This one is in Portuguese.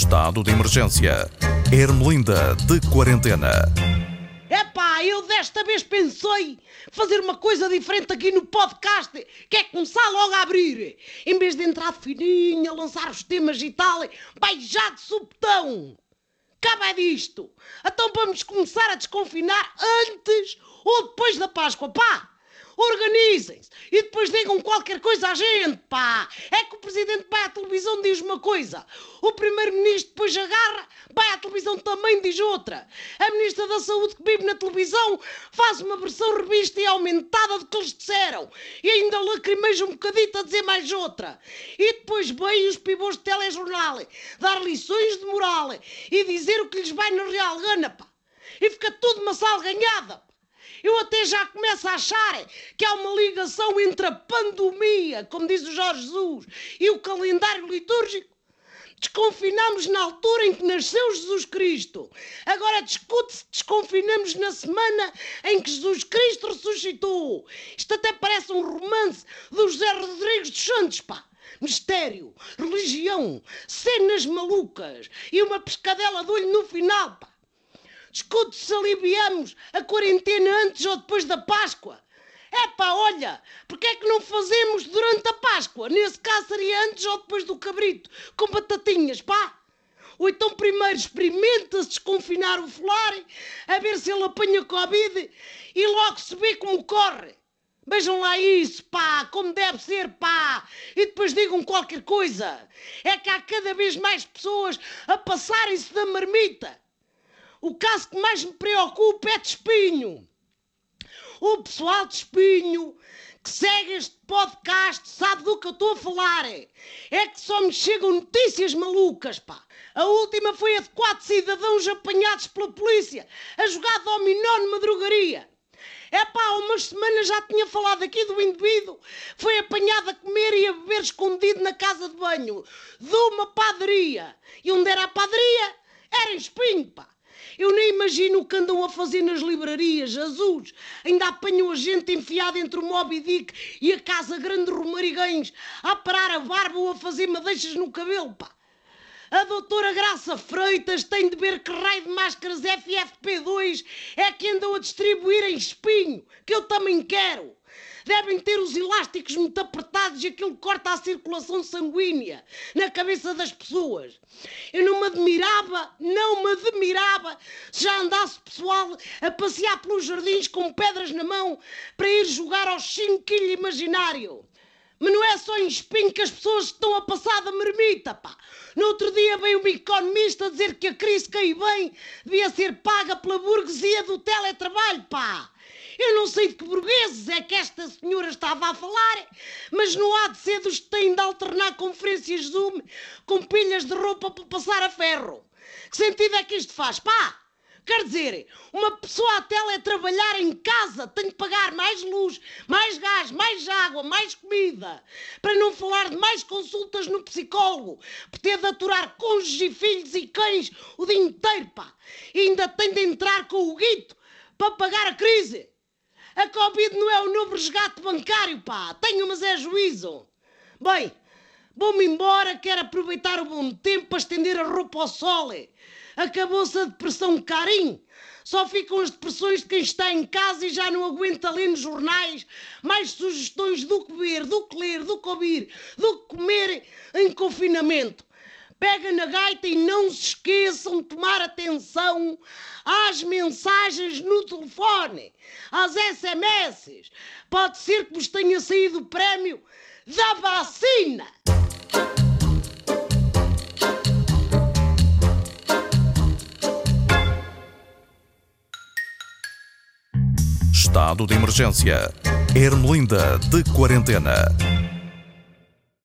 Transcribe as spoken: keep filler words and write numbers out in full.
Estado de emergência. Ermelinda de quarentena. Epá, eu desta vez pensei fazer uma coisa diferente aqui no podcast, que é começar logo a abrir. Em vez de entrar de fininho, a lançar os temas e tal, vai já de subtão. Acaba disto. Então vamos começar a desconfinar antes ou depois da Páscoa, pá. Organizem-se e depois digam qualquer coisa à gente, pá. É que o Presidente vai à televisão e diz uma coisa, o Primeiro-Ministro depois agarra, vai à televisão também e diz outra. A Ministra da Saúde que vive na televisão faz uma versão revista e aumentada do que eles disseram e ainda lacrimeja um bocadito a dizer mais outra. E depois vêm os pivôs de telejornal dar lições de moral e dizer o que lhes vai na real gana, pá. E fica tudo uma salganhada. Eu até já começo a achar que há uma ligação entre a pandemia, como diz o Jorge Jesus, e o calendário litúrgico. Desconfinamos na altura em que nasceu Jesus Cristo. Agora discute-se que desconfinamos na semana em que Jesus Cristo ressuscitou. Isto até parece um romance do José Rodrigues dos Santos, pá. Mistério, religião, cenas malucas e uma pescadela de olho no final, pá. Discute se aliviamos a quarentena antes ou depois da Páscoa. É pá, olha, porque é que não fazemos durante a Páscoa? Nesse caso seria antes ou depois do cabrito, com batatinhas, pá. Ou então primeiro experimenta-se desconfinar o folar, a ver se ele apanha Covid e logo se vê como corre. Vejam lá isso, pá, como deve ser, pá. E depois digam qualquer coisa. É que há cada vez mais pessoas a passarem-se da marmita. O caso que mais me preocupa é de Espinho. O pessoal de Espinho que segue este podcast sabe do que eu estou a falar. É que só me chegam notícias malucas, pá. A última foi a de quatro cidadãos apanhados pela polícia a jogar dominó numa drogaria. É pá, há umas semanas já tinha falado aqui do indivíduo. Foi apanhado a comer e a beber escondido na casa de banho de uma padaria. E onde era a padaria? Era em Espinho, pá. Eu nem imagino o que andam a fazer nas livrarias, Jesus. Ainda apanham a gente enfiada entre o Moby Dick e a Casa Grande de Romariguens a parar a barba ou a fazer madeixas no cabelo, pá. A doutora Graça Freitas tem de ver que raio de máscaras F F P dois é que andam a distribuir em Espinho, que eu também quero. Devem ter os elásticos muito apertados e aquilo corta a circulação sanguínea na cabeça das pessoas. Eu não me admirava, não me admirava se já andasse pessoal a passear pelos jardins com pedras na mão para ir jogar ao chinquilho imaginário. Mas não é só em Espinho que as pessoas estão a passar da marmita, pá. No outro dia veio um economista dizer que a crise que aí vem devia ser paga pela burguesia do teletrabalho, pá. Eu não sei de que burgueses é que esta senhora estava a falar, mas não há de ser dos que têm de alternar conferências Zoom com pilhas de roupa para passar a ferro. Que sentido é que isto faz, pá? Quer dizer, uma pessoa a teletrabalhar em casa tem de pagar mais luz, mais gás, mais água, mais comida. Para não falar de mais consultas no psicólogo, por ter de aturar cônjuges e filhos e cães o dia inteiro, pá. E ainda tem de entrar com o guito para pagar a crise. A Covid não é o novo resgate bancário, pá. Tenho, mas é juízo. Bem, vou-me embora, quero aproveitar o bom tempo para estender a roupa ao sol. Acabou-se a depressão carinho. Só ficam as depressões de quem está em casa e já não aguenta ler nos jornais mais sugestões do que ver, do que ler, do que ouvir, do que comer em confinamento. Pega na gaita e não se esqueçam de tomar atenção às mensagens no telefone, às S M S. Pode ser que vos tenha saído o prémio da vacina. Estado de emergência. Ermelinda de quarentena.